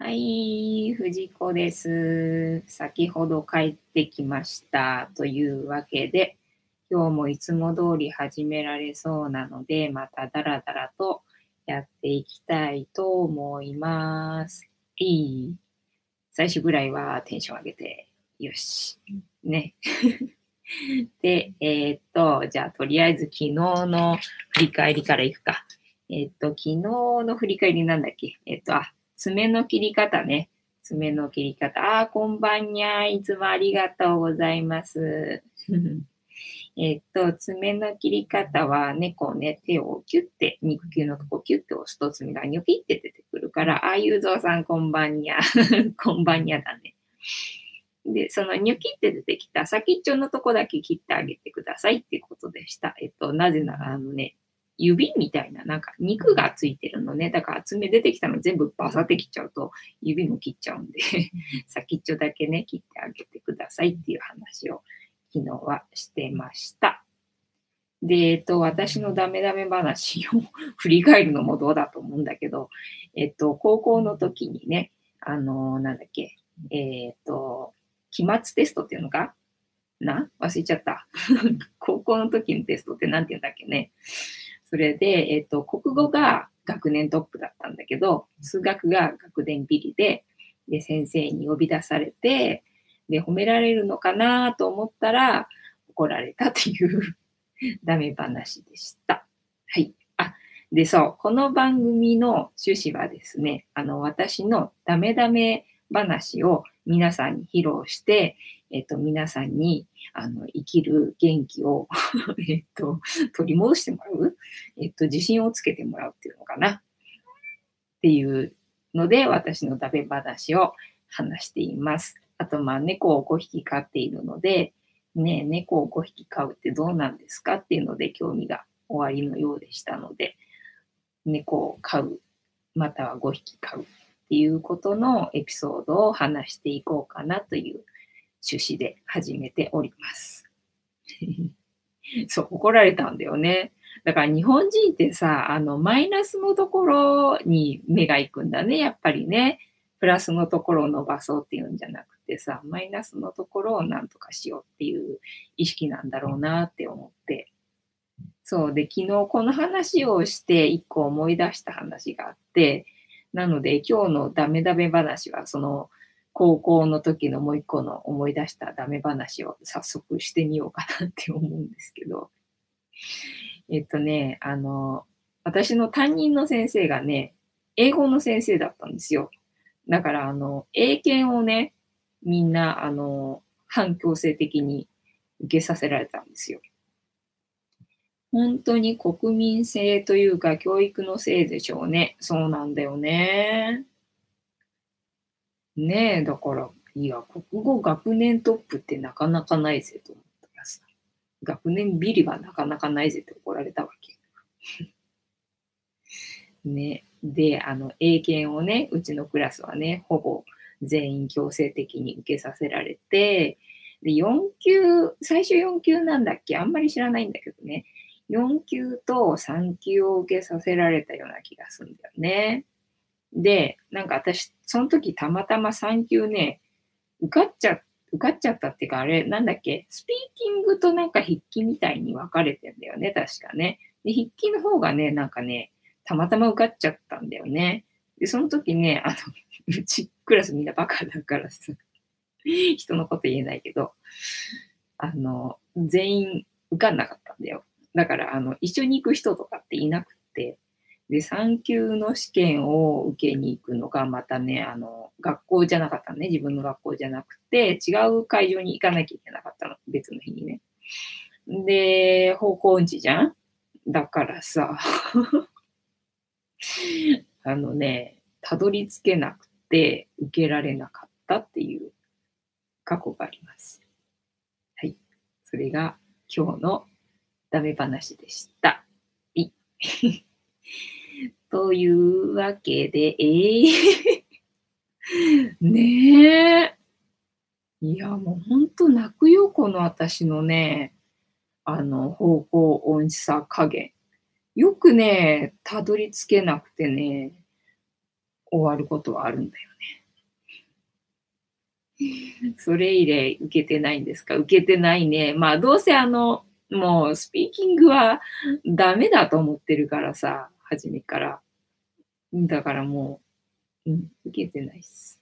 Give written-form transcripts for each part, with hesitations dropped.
はい、藤子です。先ほど帰ってきました。というわけで、今日もいつも通り始められそうなので、またダラダラとやっていきたいと思います。最初ぐらいはテンション上げて、よし。ね。で、じゃあとりあえず昨日の振り返りからいくか。昨日の振り返りなんだっけ。爪の切り方ね。爪の切り方。こんばんにゃ。いつもありがとうございます。爪の切り方はね、こうね、手をキュッて、肉球のとこキュッて押すと爪がニョキって出てくるから、ゆうぞうさんこんばんにゃ。こんばんにゃだね。で、そのニョキって出てきた先っちょのとこだけ切ってあげてくださいっていうことでした。なぜなら指みたいな、なんか肉がついてるのね。だから爪出てきたの全部バサって切っちゃうと指も切っちゃうんで先っちょだけね、切ってあげてくださいっていう話を昨日はしてました。で、私のダメダメ話を振り返るのもどうだと思うんだけど、高校の時にね、なんだっけ、期末テストっていうのか忘れちゃった。高校の時のテストって何て言うんだっけね。それで、国語が学年トップだったんだけど、数学が学年ビリで、先生に呼び出されて、で、褒められるのかなと思ったら、怒られたっていうダメ話でした。はい。で、そう、この番組の趣旨はですね、私のダメダメ話を皆さんに披露して、皆さんに、生きる元気を取り戻してもらう、自信をつけてもらうっていうのかなっていうので、私のダメ話を話しています。あと、猫を5匹飼っているので、ね、猫を5匹飼うってどうなんですかっていうので興味がおありのようでしたので、猫を飼う、または5匹飼うっていうことのエピソードを話していこうかなという趣旨で始めております。そう、怒られたんだよね。だから日本人ってさ、マイナスのところに目が行くんだね、やっぱりね。プラスのところを伸ばそうっていうんじゃなくてさ、マイナスのところをなんとかしようっていう意識なんだろうなって思って。そうで、昨日この話をして一個思い出した話があって、なので今日のダメダメ話はその高校の時のもう一個の思い出したダメ話を早速してみようかなって思うんですけど、えっとね、あの、私の担任の先生がね、英語の先生だったんですよ。だから英検をね、みんな反強制的に受けさせられたんですよ。本当に国民性というか、教育のせいでしょうね。そうなんだよね。ねえ、だから、いや、国語学年トップってなかなかないぜと思ったらさ、学年ビリはなかなかないぜって怒られたわけ。ね。で、英検をね、うちのクラスはね、ほぼ全員強制的に受けさせられて、で、4級、最初4級なんだっけあんまり知らないんだけどね。4級と3級を受けさせられたような気がするんだよね。で、なんか私、その時たまたま3級ね、受かっちゃ受かっちゃったっていうか、あれ、なんだっけ、スピーキングとなんか筆記みたいに分かれてんだよね、確かね。で、筆記の方がね、なんかね、たまたま受かっちゃったんだよね。で、その時ね、うちクラスみんなバカだからさ、人のこと言えないけど、全員受かんなかったんだよ。だから、一緒に行く人とかっていなくて、で、3級の試験を受けに行くのが、またね、学校じゃなかったのね、自分の学校じゃなくて、違う会場に行かなきゃいけなかったの、別の日にね。で、方向音痴じゃんだからさ、たどり着けなくて、受けられなかったっていう過去があります。はい。それが今日のダメ話でした。いというわけで、ねえ。いや、もうほんと泣くよ、この私のね、方向音痴さ加減。よくね、たどり着けなくてね、 終わることはあるんだよね。それ以来受けてないんですか？受けてないね。まあ、どうせもうスピーキングはダメだと思ってるからさ、初めから。だからもう、受けてないっす。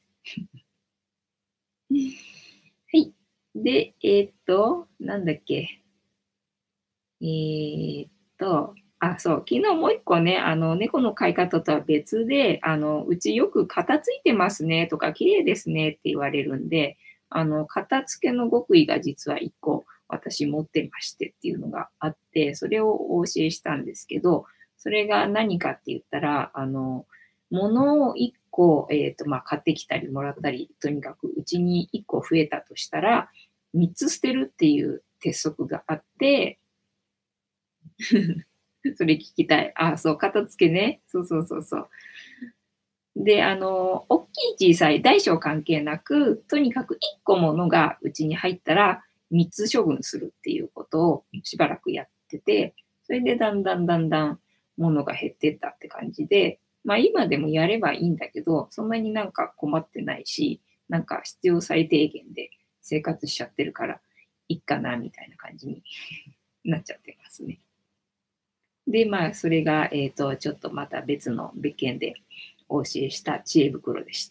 はい。で、なんだっけ。えーっそう、昨日もう一個ね、猫の飼い方とは別で、うちよく片付いてますねとか、綺麗ですねって言われるんで、片付けの極意が実は一個私持ってましてっていうのがあって、それをお教えしたんですけど、それが何かって言ったら、物を一個、まあ、買ってきたりもらったり、とにかくうちに一個増えたとしたら、三つ捨てるっていう鉄則があって、それ聞きたい。あ、そう、片付けね。そうそうそうそう。で、大きい小さい大小関係なく、とにかく1個ものがうちに入ったら、3つ処分するっていうことをしばらくやってて、それでだんだんだんだん物が減ってったって感じで、まあ今でもやればいいんだけど、そんなになんか困ってないし、なんか必要最低限で生活しちゃってるから、いっかな、みたいな感じになっちゃってますね。で、まあ、それが、ちょっとまた別の別件でお教えした知恵袋でした。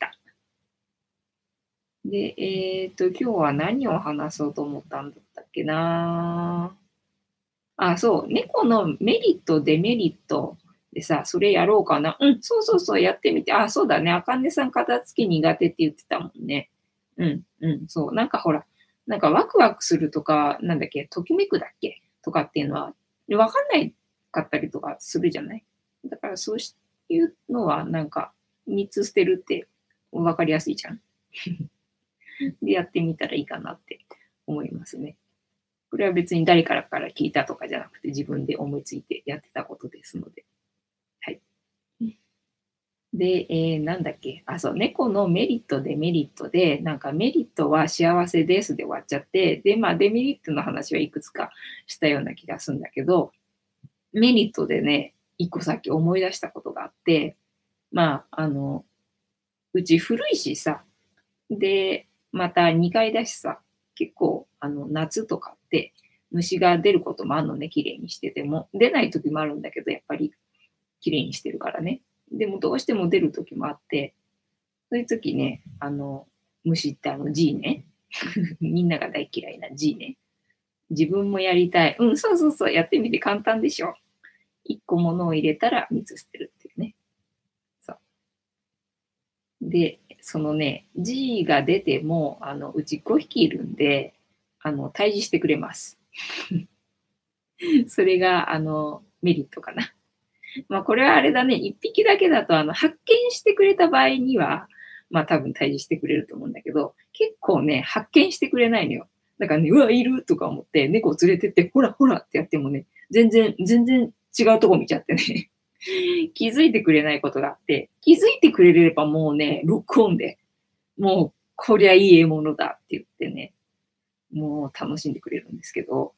で、今日は何を話そうと思ったんだったっけな。あ、そう、猫のメリット、デメリットでさ、それやろうかな。うん、そうそうそう、やってみて。あ、そうだね。あかねさん片付け苦手って言ってたもんね。うん、うん、そう。なんかほら、なんかワクワクするとか、なんだっけ、ときめくだっけとかっていうのは、わかんないかったりとかするじゃない。だからそういうのは、なんか、3つ捨てるってわかりやすいじゃん。で、やってみたらいいかなって思いますね。これは別に誰から聞いたとかじゃなくて、自分で思いついてやってたことですので。はい。で、なんだっけ、あ、そう、猫のメリット、デメリットで、なんかメリットは幸せですで終わっちゃって、で、まあデメリットの話はいくつかしたような気がするんだけど、メリットでね、一個さっき思い出したことがあって、まあ、うち古いしさ、で、また2階だしさ、結構、夏とかって虫が出ることもあるのね、綺麗にしてても。出ない時もあるんだけど、やっぱり綺麗にしてるからね。でもどうしても出る時もあって、そういう時ね、虫ってG ね。みんなが大嫌いな G ね。自分もやりたい。うん、そうそうそう、やってみて簡単でしょ。1個物を入れたら3つ捨てるっていうね。そう。で、そのね、G が出ても、うち5匹いるんで、退治してくれます。それが、メリットかな。まあ、これはあれだね、1匹だけだと、発見してくれた場合には、まあ、多分退治してくれると思うんだけど、結構ね、発見してくれないのよ。だからね、うわ、いるとか思って、猫を連れてって、ほらほらってやってもね、全然違うとこ見ちゃってね。気づいてくれないことがあって、気づいてくれればもうね、ロックオンで、もう、こりゃいい獲物だって言ってね、もう楽しんでくれるんですけど、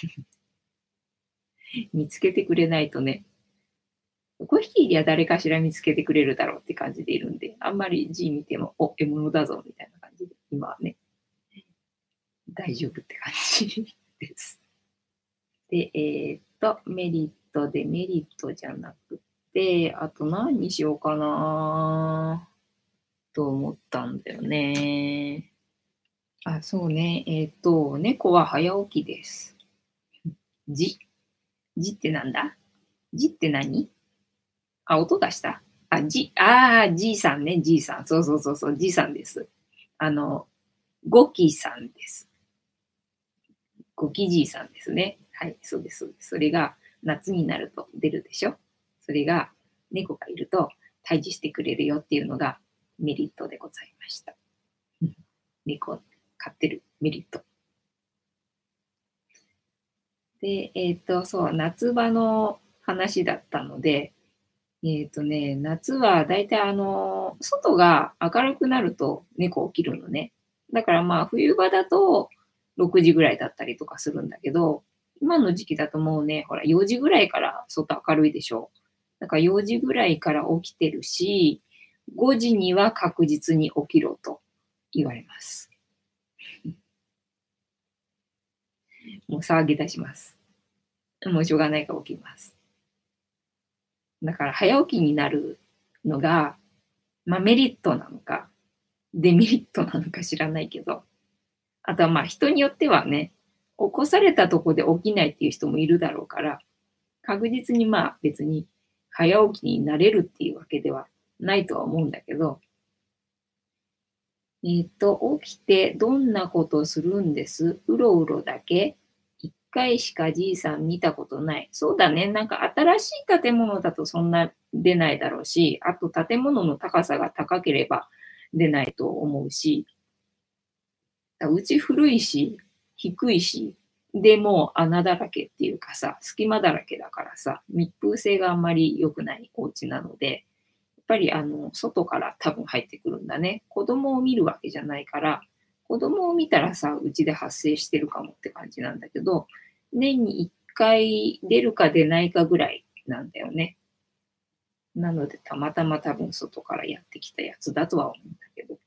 見つけてくれないとね、5匹いりゃ誰かしら見つけてくれるだろうって感じでいるんで、あんまり字見ても、お、獲物だぞみたいな感じで、今はね、大丈夫って感じです。で、メリット、デメリットじゃなくて、あと何にしようかなと思ったんだよね。あ、そうね。猫は早起きです。じ、じってなんだ？じって何？あ、音出した？じいさんね、じいさん。そうそうそうそう、じいさんです。あの、ゴキさんです。ゴキじいさんですね。はい、そうです、そうです。それが夏になると出るでしょ。それが猫がいると退治してくれるよっていうのがメリットでございました。猫を飼ってるメリット。で、そう、夏場の話だったので、夏はだいたい外が明るくなると猫起きるのね。だからまあ冬場だと6時ぐらいだったりとかするんだけど、今の時期だともうね、ほら4時ぐらいから外明るいでしょ。だから4時ぐらいから起きてるし、 5時には確実に起きろと言われます。もう騒ぎ出します。もうしょうがないから起きます。だから早起きになるのが、まあ、メリットなのか、デメリットなのか知らないけど、あとはまあ人によってはね、起こされたとこで起きないっていう人もいるだろうから、確実にまあ別に早起きになれるっていうわけではないとは思うんだけど、起きてどんなことするんです？うろうろだけ？一回しかじいさん見たことない。そうだね。なんか新しい建物だとそんな出ないだろうし、あと建物の高さが高ければ出ないと思うし、うち古いし、低いし、でもう穴だらけっていうかさ、隙間だらけだからさ、密封性があんまり良くないお家なので、やっぱり外から多分入ってくるんだね。子供を見るわけじゃないから、子供を見たらさ、うちで発生してるかもって感じなんだけど、年に1回出るか出ないかぐらいなんだよね。なので、たまたま多分外からやってきたやつだとは思うんだけど。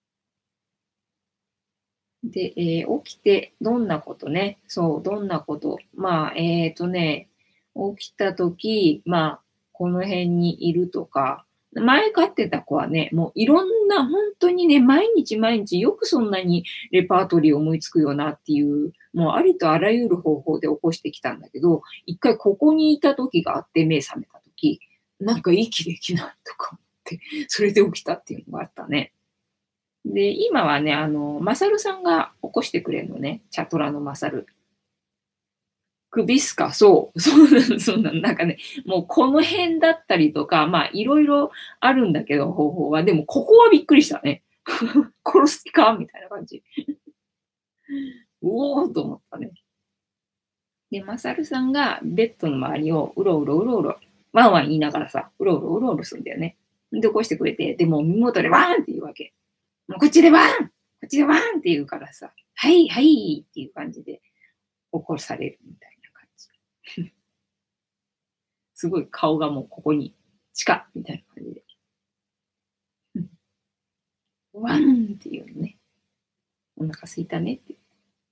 で、起きてどんなことね、そう、どんなこと。まあ、起きた時、まあ、この辺にいるとか、前飼ってた子はね、もういろんな、本当にね、毎日毎日よくそんなにレパートリー思いつくよなっていう、もうありとあらゆる方法で起こしてきたんだけど、一回ここにいた時があって目覚めた時、なんか息できないとか思って、それで起きたっていうのがあったね。で、今はね、マサルさんが起こしてくれるのね、チャトラのマサル。首っすか、そう。そうなの、そうなの。なんかね、もうこの辺だったりとか、まあ、いろいろあるんだけど、方法は。でも、ここはびっくりしたね。殺す気かみたいな感じ。うおーと思ったね。で、マサルさんがベッドの周りをうろうろうろうろ、ワンワン言いながらさ、うろうろうろうろするんだよね。で、起こしてくれて、でも耳元でワーンって言うわけ。もうこっちでワーンこっちでワーンって言うからさ、はいはいっていう感じで起こされるみたいな感じ。すごい顔がもうここに近っみたいな感じで。ワンっていうのね。お腹すいたねって。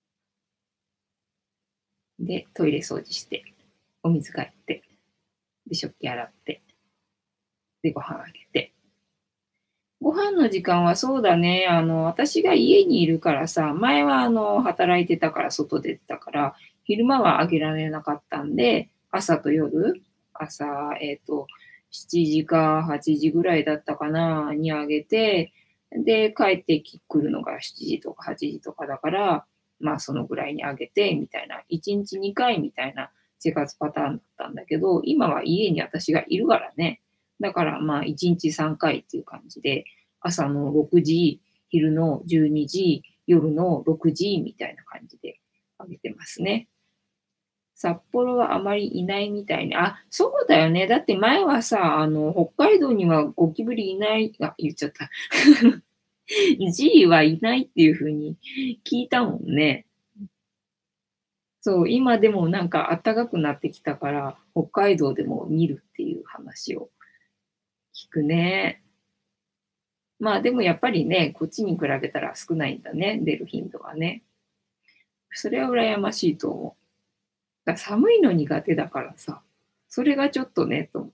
で、トイレ掃除して、お水替えて、で、食器洗って、で、ご飯あげて。ご飯の時間はそうだね、私が家にいるからさ、前は働いてたから外出てたから、昼間はあげられなかったんで、朝と夜、朝、7時か8時ぐらいだったかな、にあげて、で、帰ってくるのが7時とか8時とかだから、まあそのぐらいにあげて、みたいな、1日2回みたいな生活パターンだったんだけど、今は家に私がいるからね、だからまあ1日3回っていう感じで、朝の6時、昼の12時、夜の6時みたいな感じであげてますね。札幌はあまりいないみたいね。あ、そうだよね。だって前はさ、北海道にはゴキブリいない、あ、言っちゃった。G はいないっていう風に聞いたもんね。そう、今でもなんか暖かくなってきたから、北海道でも見るっていう話を聞くね。まあでもやっぱりね、こっちに比べたら少ないんだね、出る頻度はね。それは羨ましいと思う。だから寒いの苦手だからさ、それがちょっとね、と思って。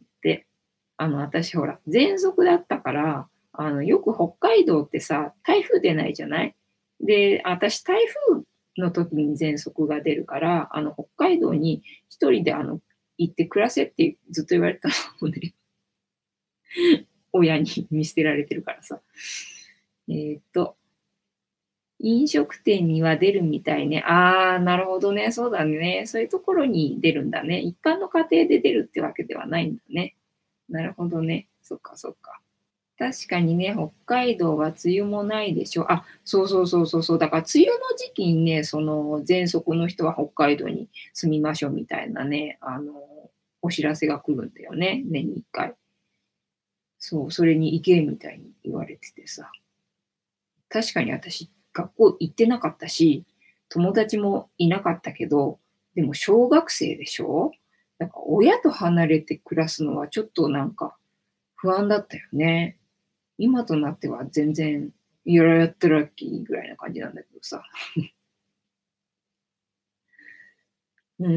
私ほら、喘息だったから、よく北海道ってさ、台風出ないじゃない。で、私台風の時に喘息が出るから、北海道に一人で行って暮らせってずっと言われたのね。親に見捨てられてるからさ。えーっと、飲食店には出るみたいね。ああ、なるほどね。そうだね。そういうところに出るんだね。一般の家庭で出るってわけではないんだね。なるほどね。そっかそっか。確かにね、北海道は梅雨もないでしょ。あ、そうそうそうそうそう。だから梅雨の時期にね、その喘息の人は北海道に住みましょうみたいなね、お知らせが来るんだよね。年に1回。そう、それに行けみたいに言われててさ。確かに私、学校行ってなかったし、友達もいなかったけど、でも小学生でしょ。なんか親と離れて暮らすのはちょっとなんか不安だったよね。 今となっては全然、やったラッキーぐらいな感じなんだけどさ。うん、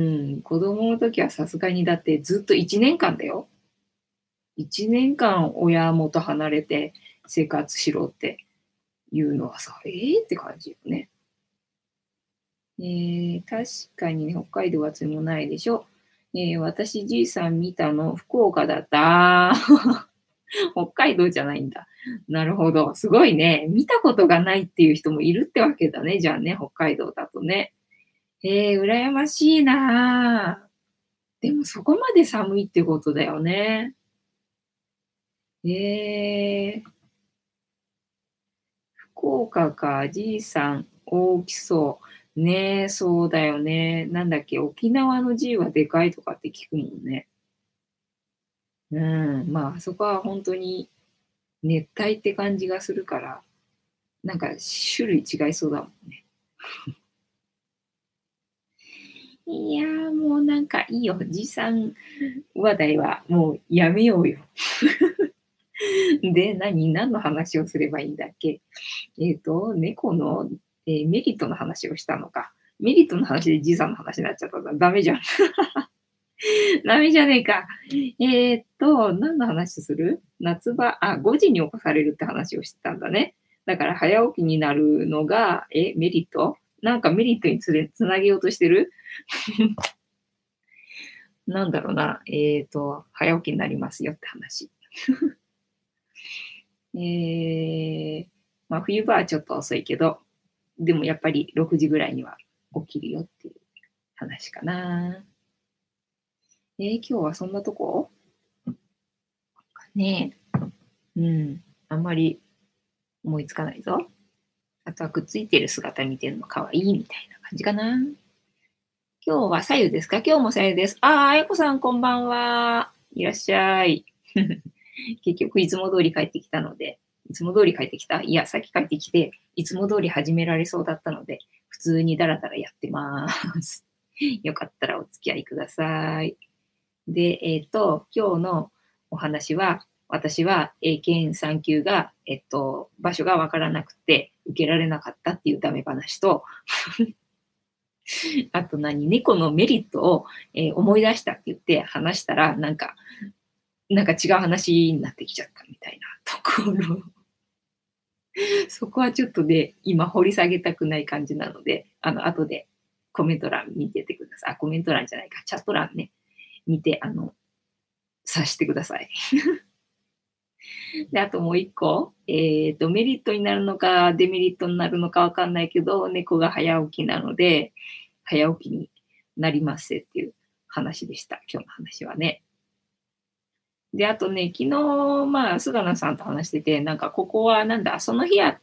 子供の時はさすがにだってずっと1年間だよ。1年間親元離れて生活しろっていうのはさ、って感じよね。確かにね、北海道は梅雨もないでしょ。私じいさん見たの福岡だった。北海道じゃないんだ。なるほど。すごいね。見たことがないっていう人もいるってわけだね。じゃあね、北海道だとね。羨ましいなあ。でもそこまで寒いってことだよね。福岡か、じいさん、大きそう。ねえ、そうだよね。なんだっけ、沖縄の G はでかいとかって聞くもんね。うん、まあ、あそこは本当に熱帯って感じがするから、なんか種類違いそうだもんね。いやー、もうなんかいいよ。じいさん話題はもうやめようよ。で、何の話をすればいいんだっけ。猫の、メリットの話をしたのか。メリットの話でじいさんの話になっちゃったらダメじゃん。ダメじゃねえか。何の話する夏場、5時に起こされるって話をしてたんだね。だから早起きになるのが、メリットなんかメリットにつなげようとしてる。なんだろうな。早起きになりますよって話。まあ冬場はちょっと遅いけど、でもやっぱり6時ぐらいには起きるよっていう話かな。今日はそんなとこねえ。うん。あんまり思いつかないぞ。あとはくっついてる姿見てるの可愛いみたいな感じかな。今日はさゆですか？今日もさゆです。あやこさんこんばんは。いらっしゃい。結局いつも通り帰ってきたので、いつも通り帰ってきたいや、さっき帰ってきて、いつも通り始められそうだったので、普通にダラダラやってます。よかったらお付き合いください。で、今日のお話は、私は英検3級が、場所がわからなくて受けられなかったっていうダメ話と、あと猫のメリットを、思い出したって言って話したら、なんか違う話になってきちゃったみたいなところ。そこはちょっとね、今掘り下げたくない感じなので、後でコメント欄見ててください。コメント欄じゃないか、チャット欄ね、見て、察してください。で、あともう一個、メリットになるのか、デメリットになるのかわかんないけど、猫が早起きなので、早起きになりますっていう話でした。今日の話はね。で、あとね、昨日、まあ、菅野さんと話してて、なんかここはその日あった、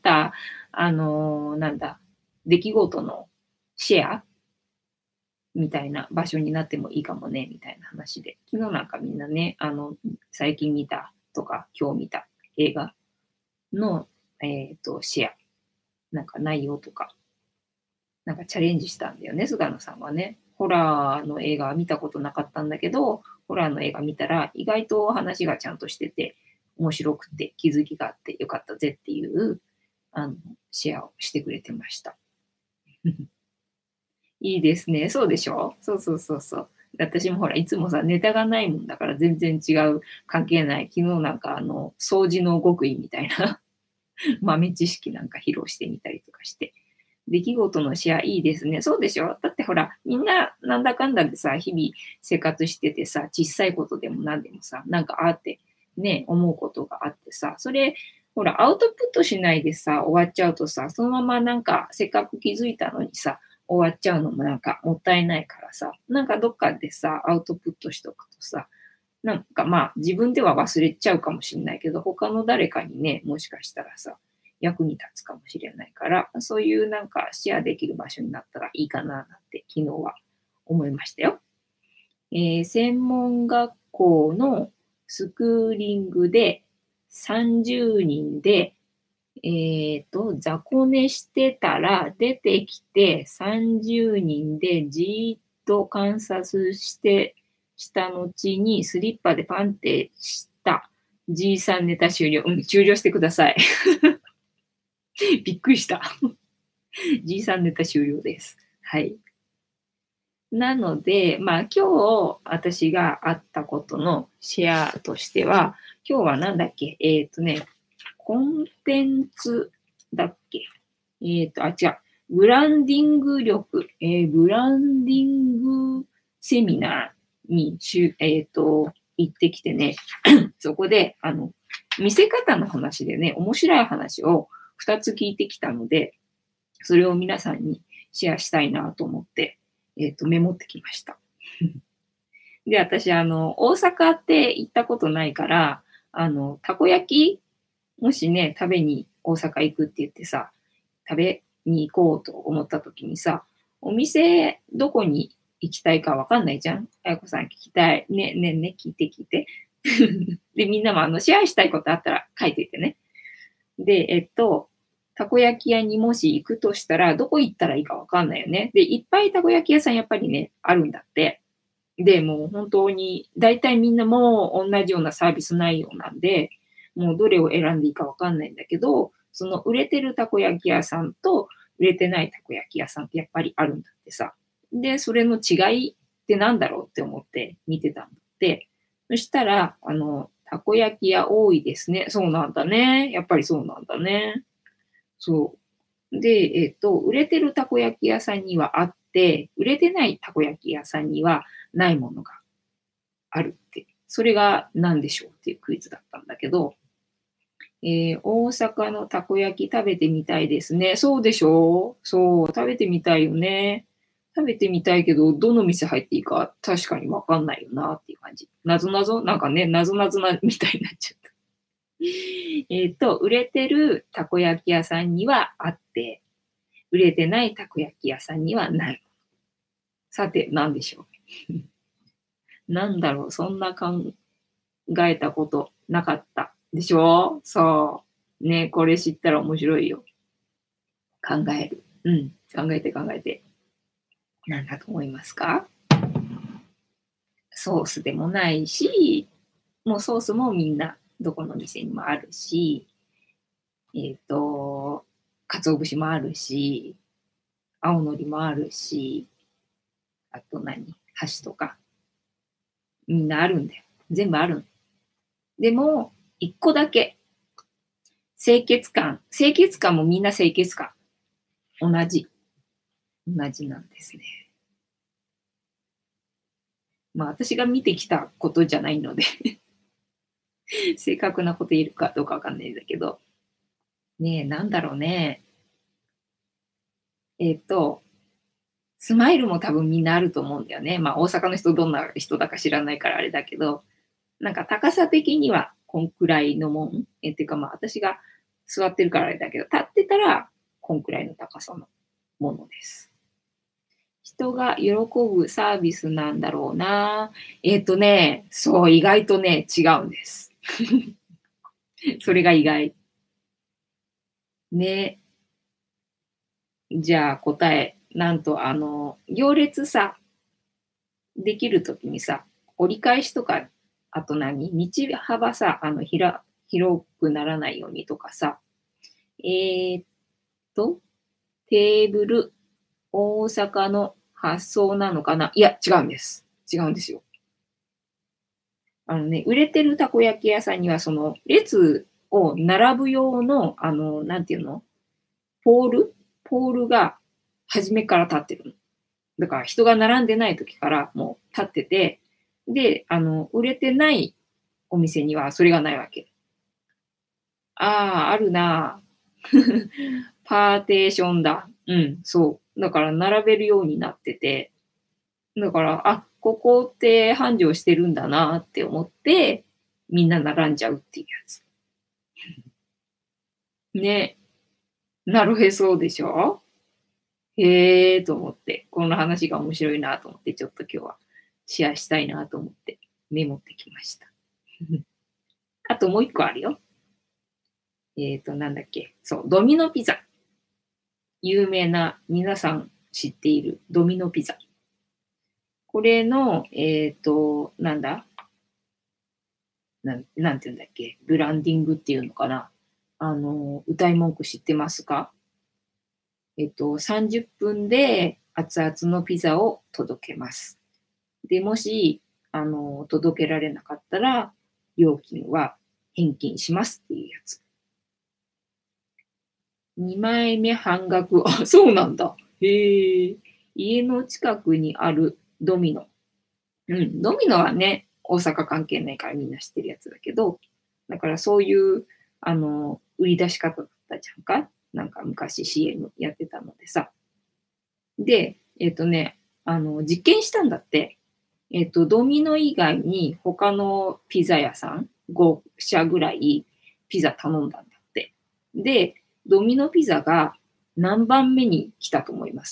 出来事のシェアみたいな場所になってもいいかもね、みたいな話で。昨日なんかみんなね、最近見たとか、今日見た映画の、シェア、なんか内容とか、なんかチャレンジしたんだよね、菅野さんはね。ホラーの映画は見たことなかったんだけど、ホラーの映画見たら意外と話がちゃんとしてて、面白くて気づきがあってよかったぜっていう、あの、シェアをしてくれてました。いいですね。そうでしょ？そうそうそうそう。私もほら、いつもさ、ネタがないもんだから全然違う、関係ない。昨日なんか掃除の極意みたいな豆知識なんか披露してみたりとかして。出来事のシェアいいですね。そうでしょ？だってほら、みんななんだかんだでさ、日々生活しててさ、小さいことでも何でもさ、なんかあってね、思うことがあってさ、それ、ほら、アウトプットしないでさ、終わっちゃうとさ、そのままなんか、せっかく気づいたのにさ、終わっちゃうのもなんかもったいないからさ、なんかどっかでさ、アウトプットしとくとさ、なんかまあ自分では忘れちゃうかもしれないけど、他の誰かにね、もしかしたらさ、役に立つかもしれないから、そういうなんかシェアできる場所になったらいいかななんて昨日は思いましたよ。専門学校のスクーリングで30人で、雑魚寝してたら出てきて30人でじーっと観察してした後にスリッパでパンってした。 G さんネタ終了。うん、終了してください。びっくりした。G さんネタ終了です。はい。なので、まあ今日私があったことのシェアとしては、今日はなんだっけコンテンツだっけ違う。ブランディング力、ブランディングセミナーに行ってきてね、そこで、見せ方の話でね、面白い話を2つ聞いてきたので、それを皆さんにシェアしたいなと思って、メモってきました。で、私、大阪って行ったことないから、たこ焼き、もしね、食べに大阪行くって言ってさ、食べに行こうと思った時にさ、お店どこに行きたいかわかんないじゃん。あやこさん聞きたい。ね、聞いて聞いて。で、みんなもシェアしたいことあったら書いていてね。で、たこ焼き屋にもし行くとしたら、どこ行ったらいいかわかんないよね。で、いっぱいたこ焼き屋さんやっぱりね、あるんだって。で、もう本当に、大体みんなもう同じようなサービス内容なんで、もうどれを選んでいいかわかんないんだけど、その売れてるたこ焼き屋さんと売れてないたこ焼き屋さんってやっぱりあるんだってさ。で、それの違いってなんだろうって思って見てたんだって。そしたら、たこ焼き屋多いですね。そうなんだね。やっぱりそうなんだね。そう。で、売れてるたこ焼き屋さんにはあって、売れてないたこ焼き屋さんにはないものがあるって。それが何でしょうっていうクイズだったんだけど、大阪のたこ焼き食べてみたいですね。そうでしょうそう、食べてみたいよね。食べてみたいけど、どの店入っていいか確かにわかんないよなっていう感じ。なぞなぞなんかね、なぞなぞなみたいになっちゃった。売れてるたこ焼き屋さんにはあって、売れてないたこ焼き屋さんにはない。さて、何でしょう。なんだろう、そんな考えたことなかったでしょそう。ね、これ知ったら面白いよ。考える。うん、考えて考えて。なんだと思いますか？ソースでもないし、もうソースもみんなどこの店にもあるし、鰹節もあるし、青のりもあるし、あと箸とか、みんなあるんだよ。全部あるん。でも、一個だけ、清潔感もみんな清潔感。同じ。同じなんですね。まあ私が見てきたことじゃないので正確なこと言えるかどうかわかんないんだけど、ねえ、なんだろうね。スマイルも多分みんなあると思うんだよね。まあ大阪の人どんな人だか知らないからあれだけど、なんか高さ的にはこんくらいのもん。っていうかまあ私が座ってるからあれだけど、立ってたらこんくらいの高さのものです。人が喜ぶサービスなんだろうな。そう、意外とね、違うんです。それが意外。ね。じゃあ答え。なんと、行列さ、できるときにさ、折り返しとか、あと道幅さ、広くならないようにとかさ、えーっと、テーブル、大阪の発想なのかな。いや、違うんです。違うんですよ。売れてるたこ焼き屋さんには、その、列を並ぶ用の、なんていうのポールポールが初めから立ってるの。だから人が並んでない時からもう立ってて、で、売れてないお店にはそれがないわけ。ああ、あるな。パーテーションだ。うん、そう。だから並べるようになってて、だから、あ、ここって繁盛してるんだなって思って、みんな並んじゃうっていうやつ。ね。なるへそでしょへえーと思って、この話が面白いなと思って、ちょっと今日はシェアしたいなと思ってメモってきました。あともう一個あるよ。なんだっけ。そう、ドミノピザ。有名な、皆さん知っているドミノピザ。これの、なんだなんて言うんだっけ、ブランディングっていうのかな。謁い文句知ってますか？30分で熱々のピザを届けます。で、もし、届けられなかったら、料金は返金しますっていうやつ。2枚目半額。あ、そうなんだ。へえ。家の近くにあるドミノ。うん、ドミノはね、大阪関係ないからみんな知ってるやつだけど、だからそういう、売り出し方だったじゃんか。なんか昔 CM やってたのでさ。で、実験したんだって。ドミノ以外に他のピザ屋さん5社ぐらいピザ頼んだんだって。で、ドミノピザが何番目に来たと思います？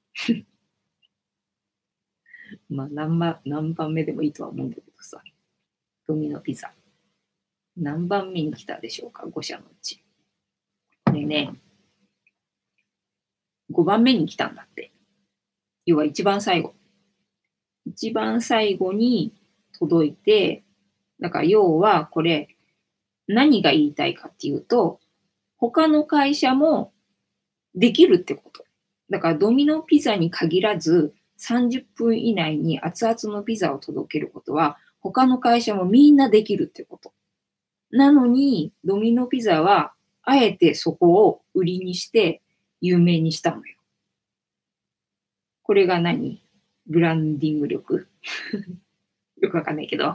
まあ何番目でもいいとは思うんだけどさ。ドミノピザ。何番目に来たでしょうか？ 5 社のうち。でね、5番目に来たんだって。要は一番最後。一番最後に届いて、だから要はこれ何が言いたいかっていうと、他の会社もできるってこと。だからドミノピザに限らず30分以内に熱々のピザを届けることは他の会社もみんなできるってこと。なのにドミノピザはあえてそこを売りにして有名にしたのよ。これが何？ブランディング力よくわかんないけど。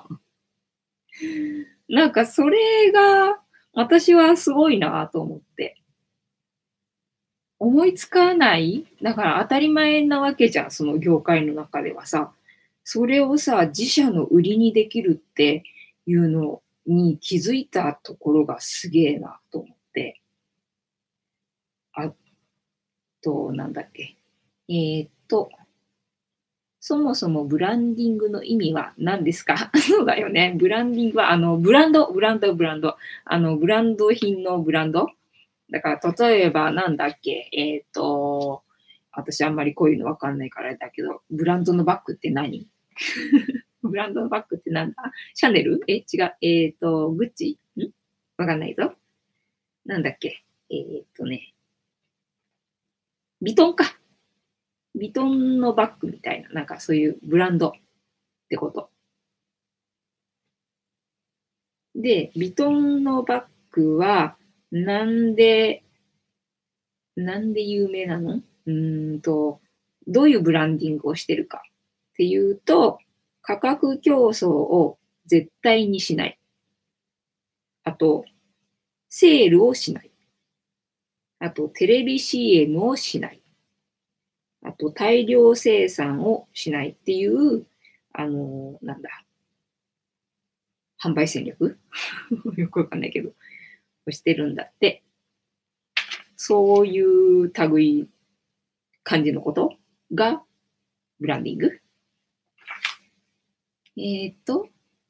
なんかそれが私はすごいなと思って。思いつかない？だから当たり前なわけじゃん、その業界の中ではさ。それをさ、自社の売りにできるっていうのに気づいたところがすげえなと思って。あと、なんだっけ。えーっと、そもそもブランディングの意味は何ですか？そうだよね。ブランディングは、ブランド。ブランド品のブランドだから、例えば、なんだっけ、私あんまりこういうのわかんないからあれだけど、ブランドのバッグって何？ブランドのバッグってなんだ？シャネル？違う。グッチ？わかんないぞ。なんだっけ。ね、ビトンか。ビトンのバッグみたいな、なんかそういうブランドってこと。で、ビトンのバッグは、なんで、なんで有名なの？どういうブランディングをしてるかっていうと、価格競争を絶対にしない。あと、セールをしない。あと、テレビ CM をしない。あと、大量生産をしないっていう、なんだ、販売戦略よくわかんないけど、をしてるんだって。そういう類、感じのことがブランディング。えっと、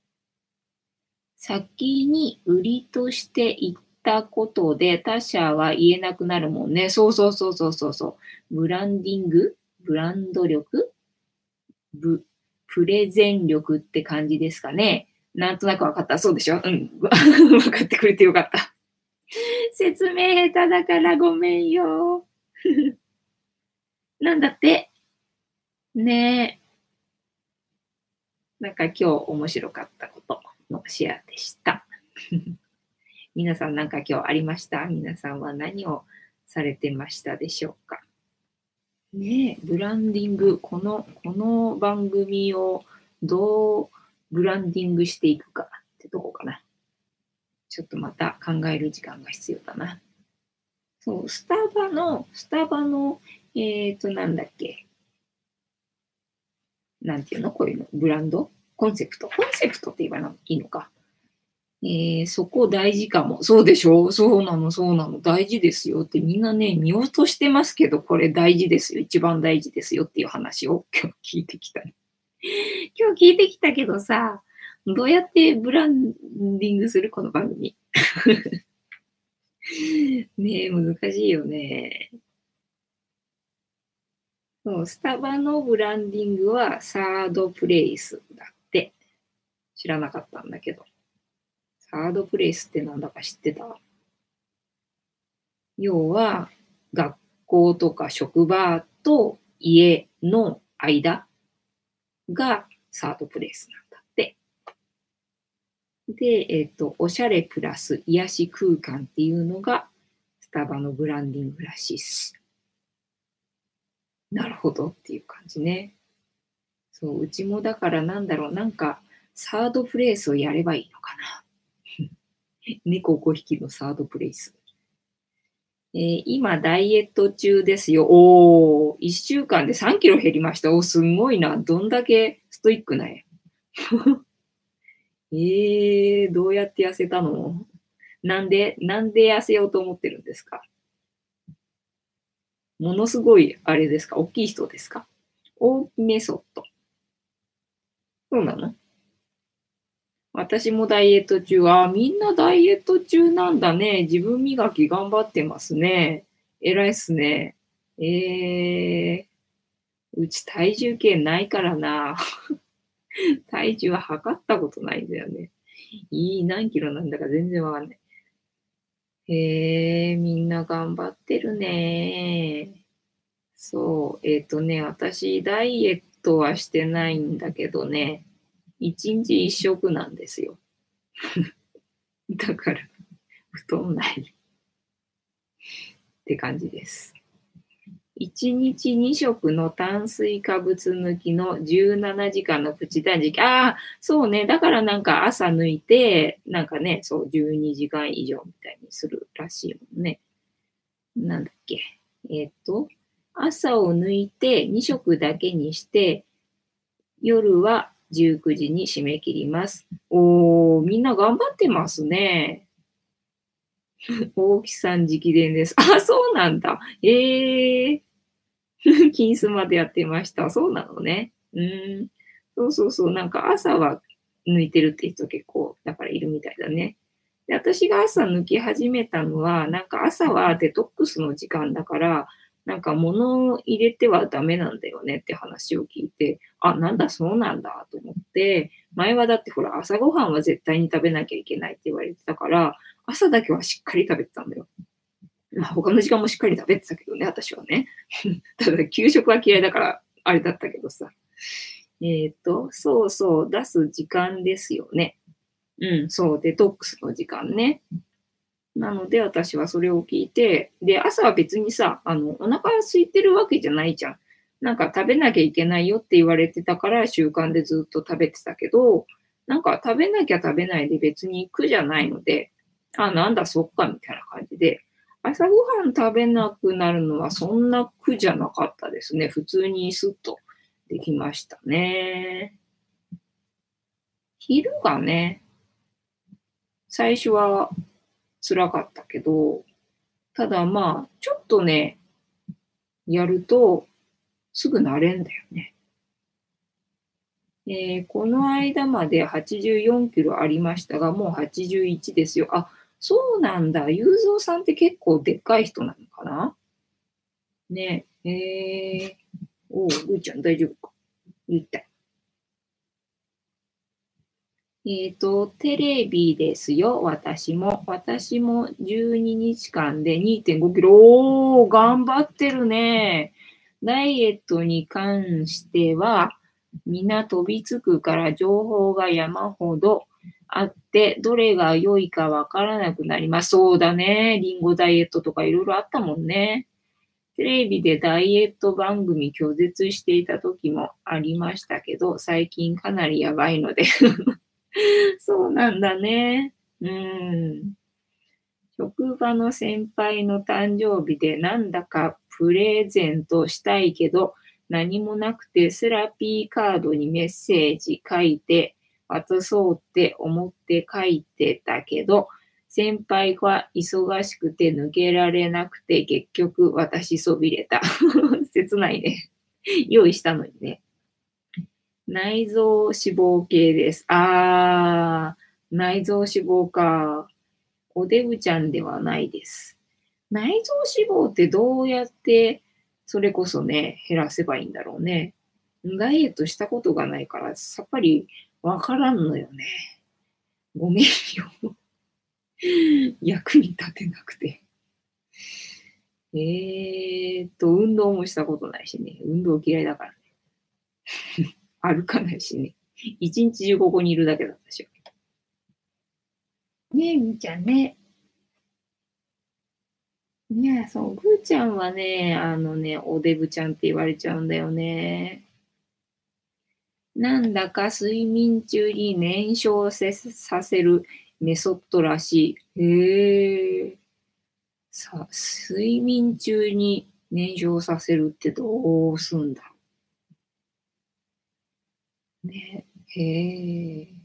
先に売りとして言ったことで他者は言えなくなるもんね。そうそうそうそうそうそう。ブランディング、ブランド力、ブ、プレゼン力って感じですかね。なんとなく分かった。そうでしょ？うん。分かってくれてよかった。説明下手だからごめんよ。なんだって。ねえ。なんか今日面白かったことのシェアでした。皆さんなんか今日ありました？皆さんは何をされてましたでしょうか？ねえ、ブランディング、この番組をどうブランディングしていくかってとこかな。ちょっとまた考える時間が必要だな。そう、スタバの、なんだっけ、なんていうのこういうの、ブランドコンセプトって言えばいいのか。そこ大事かも。そうでしょう？そうなの、そうなの。大事ですよってみんなね、見落としてますけど、これ大事ですよ。一番大事ですよっていう話を今日聞いてきた。今日聞いてきたけどさ、どうやってブランディングするこの番組。ねえ、難しいよね。そう、スタバのブランディングはサードプレイスだって。知らなかったんだけど。 サードプレイスってなんだか知ってた？要は、学校とか職場と家の間がサードプレイスなんだって。で、おしゃれプラス癒し空間っていうのがスタバのブランディングらしいっす。なるほどっていう感じね。そう、うちもだからなんだろう、なんかサードプレイスをやればいいのかな。猫5匹のサードプレイス。今ダイエット中ですよ。おー、1週間で3キロ減りました。お、すんごいな。どんだけストイックなんや。どうやって痩せたの？なんで痩せようと思ってるんですか？ものすごい、あれですか？大きい人ですか？大きメソッド。そうなの？私もダイエット中。みんなダイエット中なんだね。自分磨き頑張ってますね。偉いっすね。うち体重計ないからな。体重は測ったことないんだよね。何キロなんだか全然わかんない。みんな頑張ってるね。そう、私、ダイエットはしてないんだけどね、一日一食なんですよ。だから、太んないって感じです。1日2食の炭水化物抜きの17時間のプチ断食。そうね。だからなんか朝抜いて、なんかね、そう、12時間以上みたいにするらしいもんね。なんだっけ。朝を抜いて2食だけにして、夜は19時に締め切ります。みんな頑張ってますね。大木さん直伝です。そうなんだ。金スマでやってました。そうなのね。そうそうそう。なんか朝は抜いてるって人結構、だからいるみたいだね。で、私が朝抜き始めたのは、なんか朝はデトックスの時間だから、なんか物を入れてはダメなんだよねって話を聞いて、なんだ、そうなんだと思って、前はだってほら、朝ごはんは絶対に食べなきゃいけないって言われてたから、朝だけはしっかり食べてたんだよ。他の時間もしっかり食べてたけどね、私はね。ただ、給食は嫌いだから、あれだったけどさ。そうそう、出す時間ですよね。そう、デトックスの時間ね。なので、私はそれを聞いて、で、朝は別にさ、お腹空いてるわけじゃないじゃん。なんか食べなきゃいけないよって言われてたから習慣でずっと食べてたけど、なんか食べなきゃ食べないで別に苦じゃないので、なんだ、そっか、みたいな感じで、朝ごはん食べなくなるのはそんな苦じゃなかったですね。普通にスッとできましたね。昼がね、最初は辛かったけど、ただまあ、ちょっとね、やるとすぐ慣れんだよね。この間まで84キロありましたが、もう81ですよ。そうなんだ。ゆうぞうさんって結構でっかい人なのかなね。るーちゃん大丈夫か？言った。テレビですよ、私も。私も12日間で2.5キロ。頑張ってるね。ダイエットに関しては、みんな飛びつくから情報が山ほどあって、どれが良いかわからなくなります。そうだね。リンゴダイエットとかいろいろあったもんね。テレビでダイエット番組拒絶していた時もありましたけど、最近かなりやばいのでそうなんだね。職場の先輩の誕生日でなんだかプレゼントしたいけど、何もなくてセラピーカードにメッセージ書いて渡そうって思って書いてたけど、先輩が忙しくて抜けられなくて結局私そびれた。切ないね。用意したのにね。内臓脂肪系です。内臓脂肪か。おデブちゃんではないです。内臓脂肪ってどうやってそれこそね、減らせばいいんだろうね。ダイエットしたことがないからさっぱりわからんのよね。ごめんよ。 役に立てなくて。運動もしたことないしね。運動嫌いだからね。歩かないしね。一日中ここにいるだけだったし。ねえ、みーちゃんね。ねえ、そう、ぐーちゃんはね、おデブちゃんって言われちゃうんだよね。なんだか睡眠中に燃焼させるメソッドらしい。へえ。睡眠中に燃焼させるってどうすんだろうね。へえ。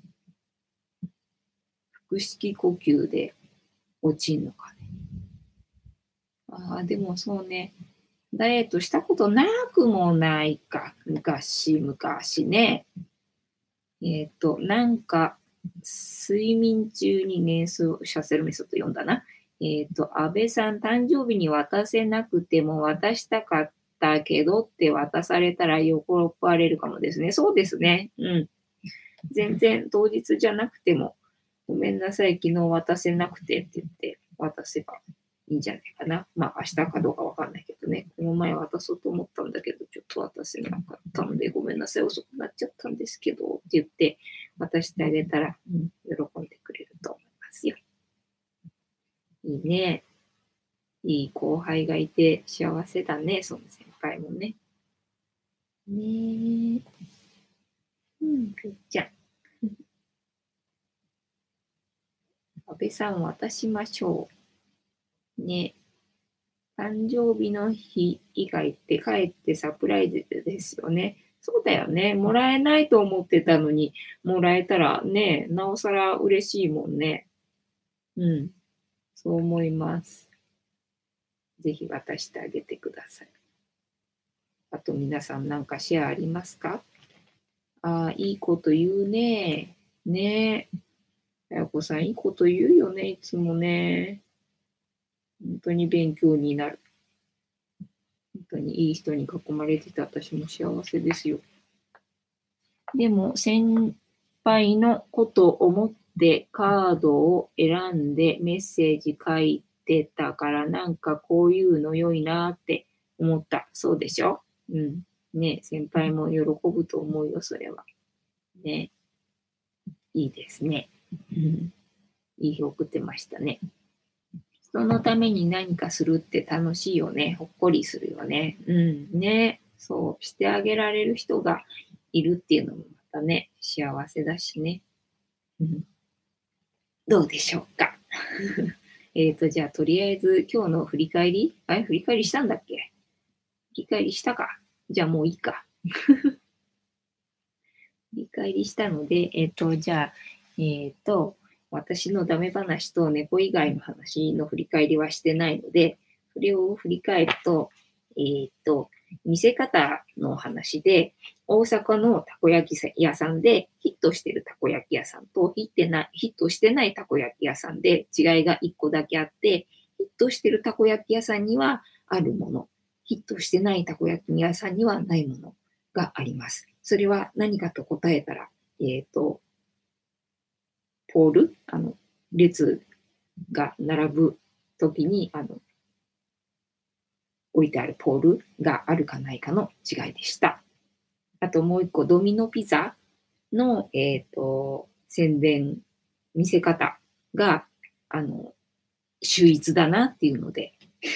腹式呼吸で落ちんのかね。ああ、でもそうね。ダイエットしたことなくもないか。昔ね。なんか、睡眠中に瞑想させるメソッド読んだな。安倍さん誕生日に渡せなくても渡したかったけどって渡されたら喜ばれるかもですね。そうですね。うん。全然当日じゃなくても、ごめんなさい、昨日渡せなくてって言って渡せばいいんじゃないかな。まあ明日かどうかわかんないけどね。この前渡そうと思ったんだけど、ちょっと渡せなかったので、ごめんなさい、遅くなっちゃったんですけど、って言って渡してあげたら、喜んでくれると思いますよ。いいね。いい後輩がいて幸せだね、その先輩もね。ねえ。うん、くっちゃん。安倍さん渡しましょう。ね。誕生日の日以外ってかえってサプライズですよね。そうだよね。もらえないと思ってたのに、もらえたらね、なおさら嬉しいもんね。うん。そう思います。ぜひ渡してあげてください。あと皆さんなんかシェアありますか？ああ、いいこと言うね。ねえ。あやこさん、いいこと言うよね、いつもね。本当に勉強になる。本当にいい人に囲まれてて私も幸せですよ。でも、先輩のことを思ってカードを選んでメッセージ書いてたから、なんかこういうの良いなって思った。そうでしょ？うん。ね、先輩も喜ぶと思うよ、それは。ね、いいですね。うん。いい日送ってましたね。人のために何かするって楽しいよね。ほっこりするよね。うん。ね。そう。してあげられる人がいるっていうのもまたね、幸せだしね。うん。どうでしょうか。じゃあ、とりあえず今日の振り返り振り返りしたんだっけ？振り返りしたか。じゃあもういいか。振り返りしたので、じゃあ、私のダメ話と猫以外の話の振り返りはしてないので、それを振り返ると、見せ方の話で、大阪のたこ焼き屋さんでヒットしてるたこ焼き屋さんとヒットしてないたこ焼き屋さんで違いが1個だけあって、ヒットしてるたこ焼き屋さんにはあるもの、ヒットしてないたこ焼き屋さんにはないものがあります。それは何かと答えたら、ポール、列が並ぶときに、置いてあるポールがあるかないかの違いでした。あともう一個、ドミノピザの、宣伝、見せ方が、秀逸だなっていうので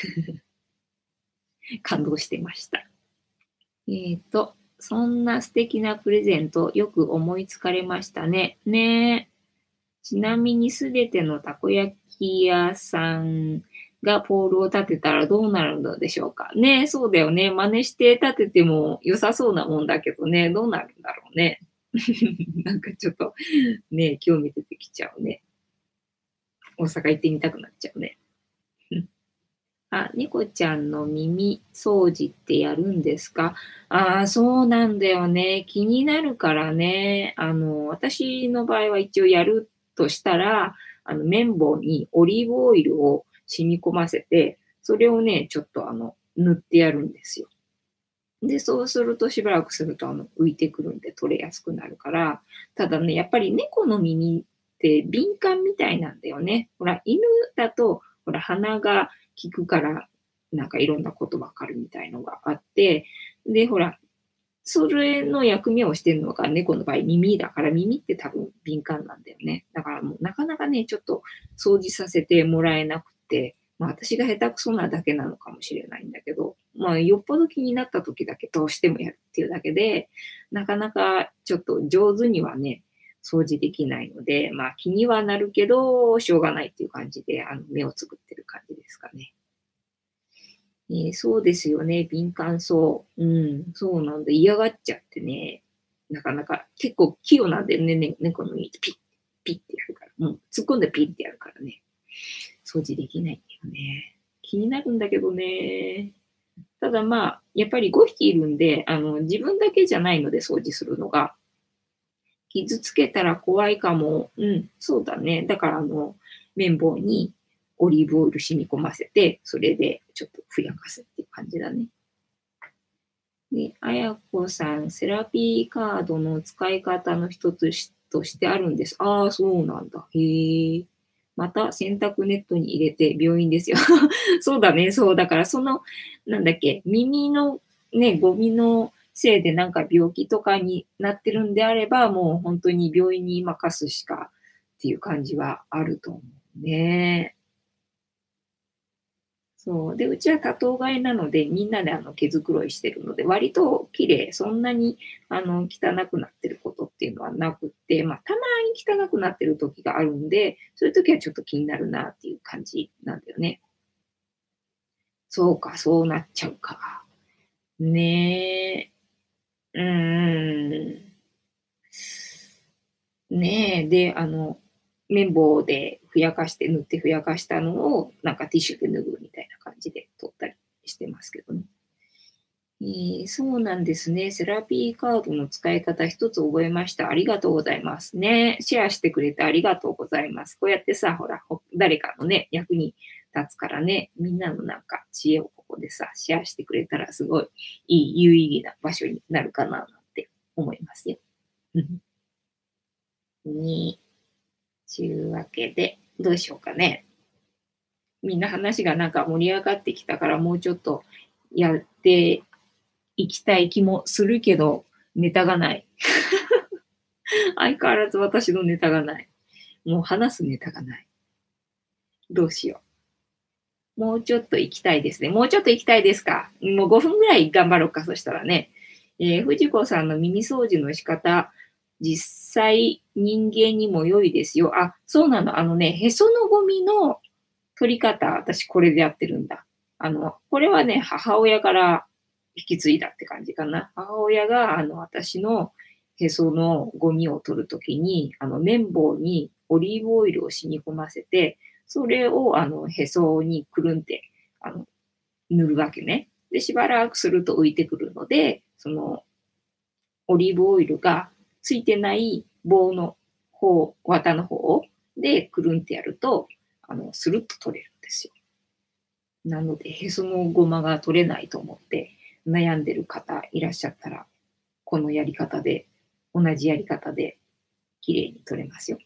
感動してました。そんな素敵なプレゼントよく思いつかれましたね。ねえ。ちなみにすべてのたこ焼き屋さんがポールを立てたらどうなるのでしょうか。ねえ、そうだよね。真似して立てても良さそうなもんだけどね、どうなるんだろうね。なんかちょっとね、興味出てきちゃうね。大阪行ってみたくなっちゃうね。あ、猫ちゃんの耳掃除ってやるんですか？ああ、そうなんだよね。気になるからね。私の場合は一応やるとしたら、綿棒にオリーブオイルを染み込ませて、それをね、ちょっと塗ってやるんですよ。で、そうするとしばらくすると浮いてくるんで取れやすくなるから、ただね、やっぱり猫の耳っって敏感みたいなんだよね。ほら、犬だと、ほら、鼻が利くから、なんかいろんなことわかるみたいのがあって、で、ほら、それの役目をしてるのが猫の場合耳だから、耳って多分敏感なんだよね。だからもうなかなかね、ちょっと掃除させてもらえなくて、まあ私が下手くそなだけなのかもしれないんだけど、まあよっぽど気になった時だけどうしてもやるっていうだけで、なかなかちょっと上手にはね、掃除できないので、まあ気にはなるけど、しょうがないっていう感じで、目をつぶってる感じですかね。そうですよね、敏感そう。うん、そうなんだ。嫌がっちゃってね、なかなか、結構器用なんだよね、猫の耳ってピッ、ピッってやるから。突っ込んでピッってやるからね、掃除できないんだよね。気になるんだけどね。ただまあ、やっぱり5匹いるんで、自分だけじゃないので掃除するのが。傷つけたら怖いかも。うん、そうだね。だから綿棒にオリーブオイル染み込ませて、それでちょっとふやかすっていう感じだね。で、あやこさん、セラピーカードの使い方の一つとしてあるんです。ああ、そうなんだ。へえ。また洗濯ネットに入れて病院ですよ。そうだね、そう。だからなんだっけ、耳のね、ゴミのせいでなんか病気とかになってるんであれば、もう本当に病院に任すしかっていう感じはあると思うね。そう。で、うちは多頭飼いなので、みんなで毛づくろいしてるので、割と綺麗、そんなに汚くなってることっていうのはなくって、まあ、たまに汚くなってる時があるんで、そういう時はちょっと気になるなっていう感じなんだよね。そうか、そうなっちゃうか。ねえ。ねえ。で、綿棒でふやかして、塗ってふやかしたのを、なんかティッシュで拭うみたいな感じで取ったりしてますけどね。そうなんですね。セラピーカードの使い方一つ覚えました。ありがとうございますね。シェアしてくれてありがとうございます。こうやってさ、ほら、誰かのね、役に立つからね、みんなのなんか知恵をここでさ、シェアしてくれたらすごいいい、有意義な場所になるかななんて思いますよ。うんに、ちゅうわけで、どうしようかね。みんな話がなんか盛り上がってきたから、もうちょっとやっていきたい気もするけど、ネタがない。相変わらず私のネタがない。もう話すネタがない。どうしよう。もうちょっと行きたいですね。もうちょっと行きたいですか。もう5分ぐらい頑張ろうか、そしたらね。藤子さんの耳掃除の仕方、実際人間にも良いですよ。あ、そうなの。へそのゴミの取り方、私これでやってるんだ。これはね、母親から引き継いだって感じかな。母親が、私のへそのゴミを取るときに、綿棒にオリーブオイルを染み込ませて、それを、へそにくるんって、あの、塗るわけね。で、しばらくすると浮いてくるので、オリーブオイルがついてない棒の方、綿の方でくるんってやると、スルッと取れるんですよ。なので、へそのごまが取れないと思って悩んでる方いらっしゃったら、このやり方で、同じやり方で綺麗に取れますよ。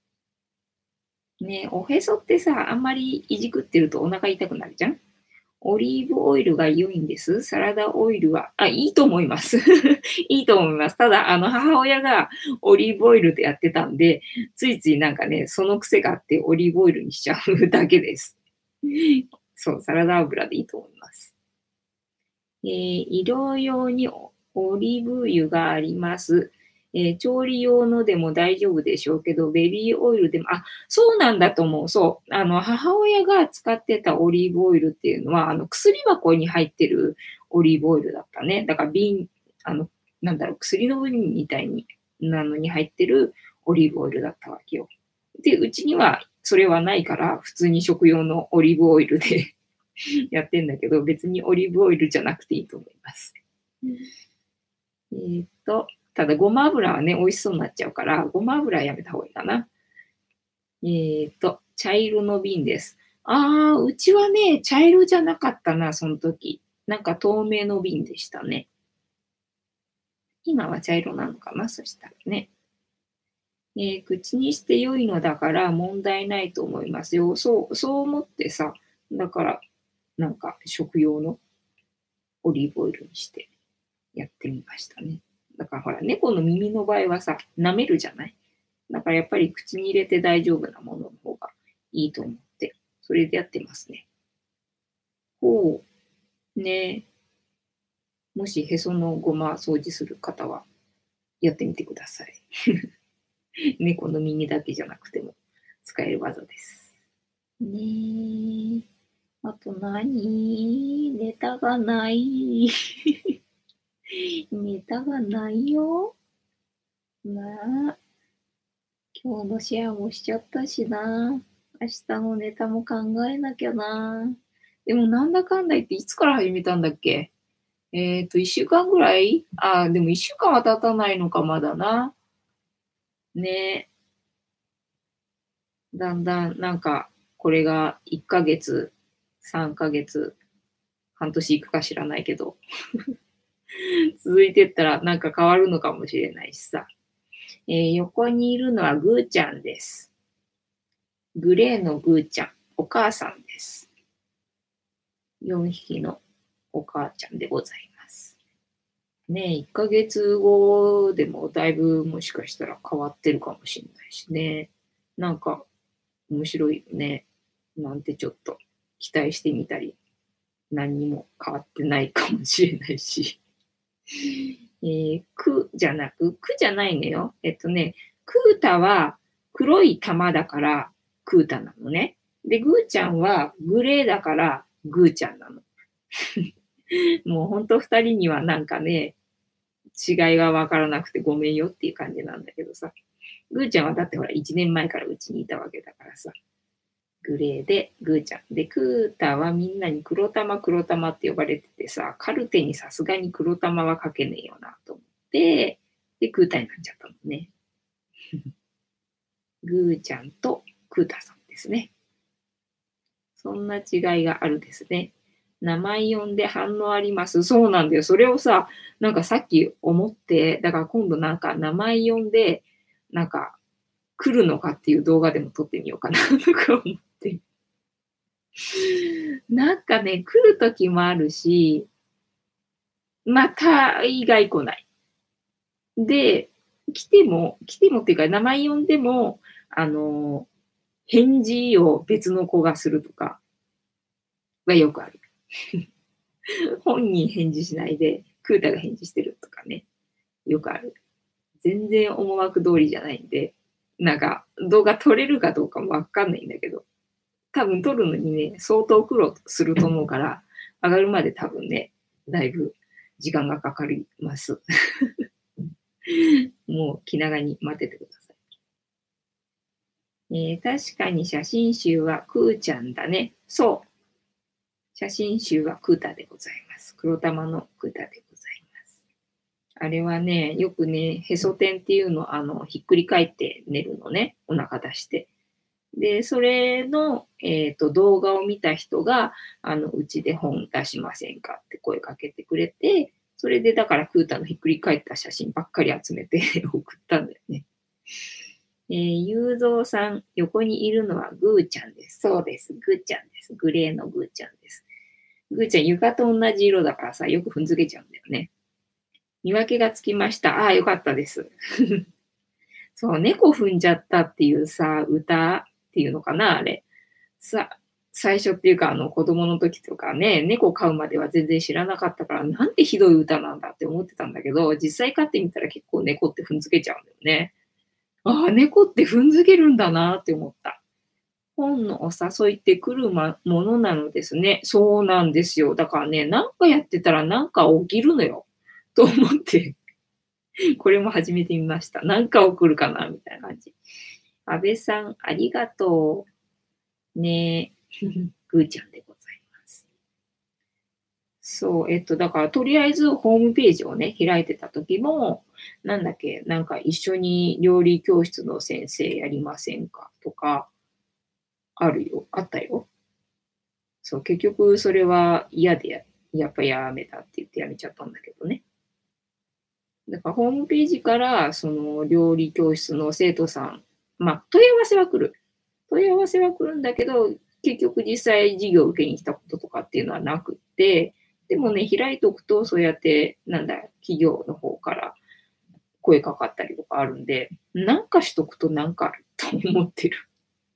ね、おへそってさ、あんまりいじくってるとお腹痛くなるじゃん。オリーブオイルが良いんです。サラダオイルは、いいと思います。いいと思います。ただ、母親がオリーブオイルでやってたんで、ついついなんかね、その癖があってオリーブオイルにしちゃうだけです。そう、サラダ油でいいと思います。医療用にオリーブ油があります。調理用のでも大丈夫でしょうけど、ベビーオイルでも、そうなんだと思う。そう。母親が使ってたオリーブオイルっていうのは、薬箱に入ってるオリーブオイルだったね。だからあの、薬の瓶みたいになのに入ってるオリーブオイルだったわけよ。で、うちにはそれはないから、普通に食用のオリーブオイルでやってんだけど、別にオリーブオイルじゃなくていいと思います。ただごま油はね、美味しそうになっちゃうから、ごま油はやめた方がいいかな。茶色の瓶です。うちはね、茶色じゃなかったな、その時。なんか透明の瓶でしたね。今は茶色なのかな、そしたらね。 口にして良いのだから問題ないと思いますよ。そう思ってさ、だから、なんか食用のオリーブオイルにしてやってみましたね。だからほら、猫の耳の場合はさ、舐めるじゃない。だからやっぱり口に入れて大丈夫なものの方がいいと思って、それでやってますね。ほう。ね。もしへそのごま掃除する方はやってみてください。猫の耳だけじゃなくても使える技です。ねえ。あと何？ネタがない。ネタがないよ。まあ、今日のシェアもしちゃったしな。明日のネタも考えなきゃな。でもなんだかんだ言っていつから始めたんだっけ？1週間ぐらい？でも1週間は経たないのか、まだな。ね。だんだんなんか、これが1ヶ月、3ヶ月、半年いくか知らないけど、続いてったらなんか変わるのかもしれないしさ。横にいるのはぐーちゃんです。グレーのぐーちゃん、お母さんです。4匹のお母ちゃんでございます。ねえ、1ヶ月後でもだいぶもしかしたら変わってるかもしれないしね。なんか面白いよね。なんてちょっと期待してみたり、何にも変わってないかもしれないし。くじゃないのよ。クータは黒い玉だからクータなのね。で、グーちゃんはグレーだからグーちゃんなの。もうほんと二人にはなんかね、違いがわからなくてごめんよっていう感じなんだけどさ。グーちゃんはだってほら1年前からうちにいたわけだからさ。グレーでグーちゃん。で、クータはみんなに黒玉黒玉って呼ばれててさ、カルテにさすがに黒玉はかけねえよなと思って、で、クータになっちゃったのね。グーちゃんとクータさんですね。そんな違いがあるですね。名前呼んで反応あります。そうなんだよ。それをさ、なんかさっき思って、だから今度なんか名前呼んで、なんか来るのかっていう動画でも撮ってみようかなとか思って。なんかね、来る時もあるし、また意外来ない。で、来てもっていうか、名前呼んでも、あの、返事を別の子がするとかはよくある。本人返事しないで、クータが返事してるとかね、よくある。全然思惑通りじゃないんで、なんか動画撮れるかどうかもわかんないんだけど、多分撮るのにね、相当苦労すると思うから、上がるまで多分ね、だいぶ時間がかかります。もう気長に待っててください。確かに写真集はクーちゃんだね。そう。写真集はクータでございます。黒玉のクータでございます。あれはね、よくね、へそ天っていうの、ひっくり返って寝るのね。お腹出して。で、それの、動画を見た人が、うちで本出しませんかって声かけてくれて、それでだからクータのひっくり返った写真ばっかり集めて送ったんだよね。ゆうぞうさん、横にいるのはグーちゃんです。そうです。グーちゃんです。グレーのグーちゃんです。グーちゃん床と同じ色だからさ、よく踏んづけちゃうんだよね。見分けがつきました。ああ、よかったです。そう、猫踏んじゃったっていうさ、歌っていうのかな、あれ。最初っていうか、子供の時とかね、猫飼うまでは全然知らなかったから、なんてひどい歌なんだって思ってたんだけど、実際飼ってみたら結構猫って踏んづけちゃうんだよね。ああ、猫って踏んづけるんだなって思った。本のお誘いって来るものなのですね。そうなんですよ。だからね、なんかやってたらなんか起きるのよ。と思って、これも始めてみました。なんか起こるかなみたいな感じ。安倍さん、ありがとう。ねえ、ぐーちゃんでございます。そう、だからとりあえずホームページをね、開いてた時も、なんだっけ、なんか一緒に料理教室の先生やりませんかとか、あるよ。あったよ。そう、結局それは嫌でやっぱやめたって言ってやめちゃったんだけどね。 だからホームページから、その料理教室の生徒さん、まあ、問い合わせは来る。問い合わせは来るんだけど、結局実際授業を受けに来たこととかっていうのはなくって、でもね、開いておくと、そうやって、企業の方から声かかったりとかあるんで、なんかしとくとなんかあると思ってる。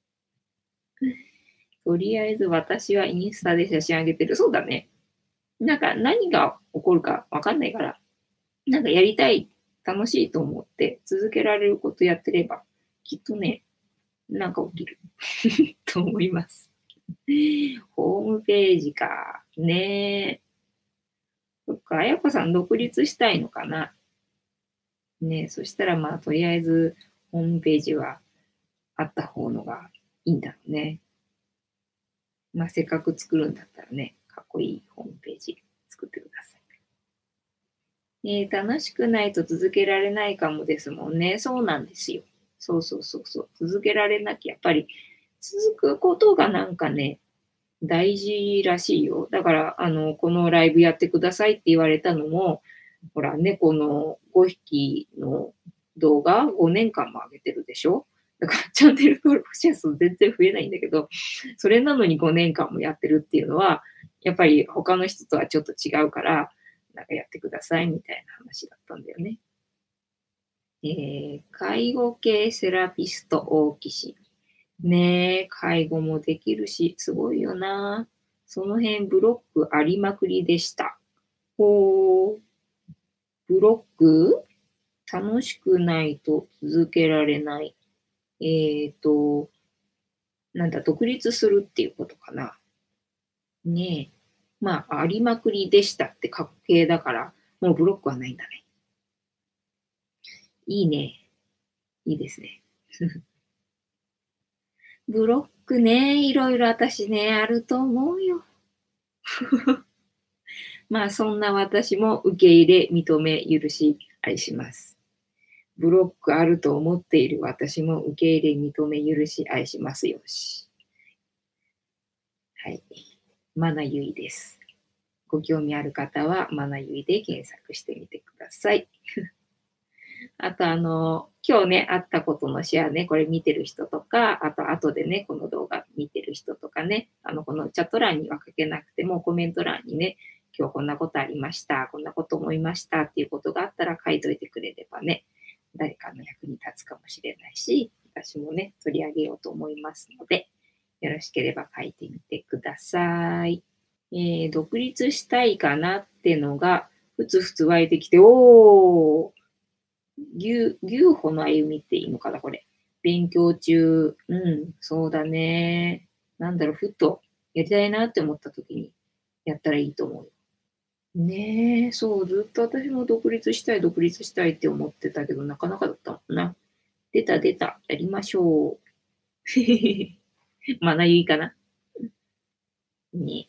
とりあえず私はインスタで写真上げてる。そうだね。何が起こるかわかんないから、やりたい、楽しいと思って続けられることやってれば、きっとね、なんか起きると思います。ホームページか。ねえ。そっか、あやこさん独立したいのかな。ねえ、そしたらまあ、とりあえず、ホームページはあった方のがいいんだろうね。まあ、せっかく作るんだったらね、かっこいいホームページ作ってください。楽しくないと続けられないかもですもんね。そうなんですよ。そうそうそうそう。続けられなきゃ、やっぱり続くことがなんかね、大事らしいよ。だから、このライブやってくださいって言われたのも、ほら、猫の5匹の動画5年間も上げてるでしょ。だからチャンネル登録者数全然増えないんだけど、それなのに5年間もやってるっていうのは、やっぱり他の人とはちょっと違うから、やってくださいみたいな話だったんだよね。介護系セラピスト大岸。ねえ、介護もできるし、すごいよな。その辺ブロックありまくりでした。ほう、ブロック楽しくないと続けられない。えっと、独立するっていうことかな。ねえ。まあ、ありまくりでしたって過去形だから、もうブロックはないんだね。いいね。いいですね。ブロックね、いろいろ私ね、あると思うよ。まあ、そんな私も受け入れ、認め、許し、愛します。ブロックあると思っている私も受け入れ、認め、許し、愛しますよし。はい。マナユイです。ご興味ある方は、マナユイで検索してみてください。あと、今日ね、あったことのシェアね、これ見てる人とか、あと、後でね、この動画見てる人とかね、このチャット欄には書けなくても、コメント欄にね、今日こんなことありました、こんなこと思いましたっていうことがあったら書いといてくれればね、誰かの役に立つかもしれないし、私もね、取り上げようと思いますので、よろしければ書いてみてください。独立したいかなってのが、ふつふつ湧いてきて、おー、牛歩の歩みっていいのかな、これ。勉強中。うん、そうだね。ふとやりたいなって思った時にやったらいいと思う。ねえ、そう、ずっと私も独立したいって思ってたけど、なかなかだったもんな。出た出た、やりましょう。まなゆいかな。ね、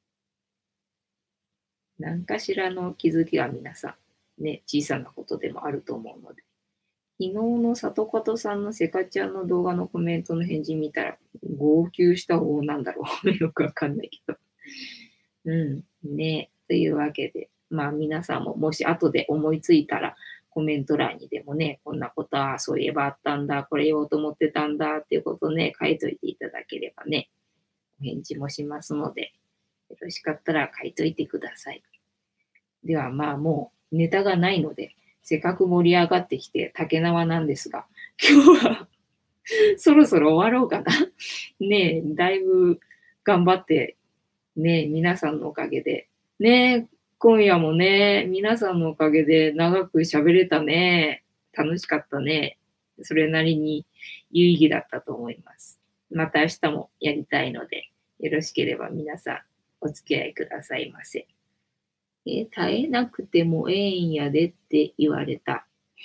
何かしらの気づきは皆さん、ね、小さなことでもあると思うので。昨日の里方さんのセカちゃんの動画のコメントの返事見たら、号泣した方なんだろう。よくわかんないけど。うん。ね。というわけで、まあ皆さんももし後で思いついたら、コメント欄にでもね、こんなことはそういえばあったんだ、これ言おうと思ってたんだっていうことをね、書いといていただければね、お返事もしますので、よろしかったら書いといてください。ではまあもうネタがないので、せっかく盛り上がってきて竹縄なんですが、今日はそろそろ終わろうかな。ねえ、だいぶ頑張って、ねえ、皆さんのおかげで。ねえ、今夜もね、皆さんのおかげで長く喋れたね。楽しかったね。それなりに有意義だったと思います。また明日もやりたいので、よろしければ皆さんお付き合いくださいませ。耐えなくてもええんやでって言われた。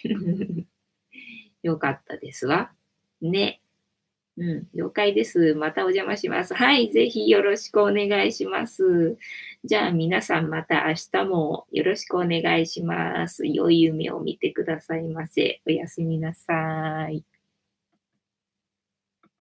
よかったですわ。ね。うん、了解です。またお邪魔します。はい、ぜひよろしくお願いします。じゃあ皆さんまた明日もよろしくお願いします。良い夢を見てくださいませ。おやすみなさい。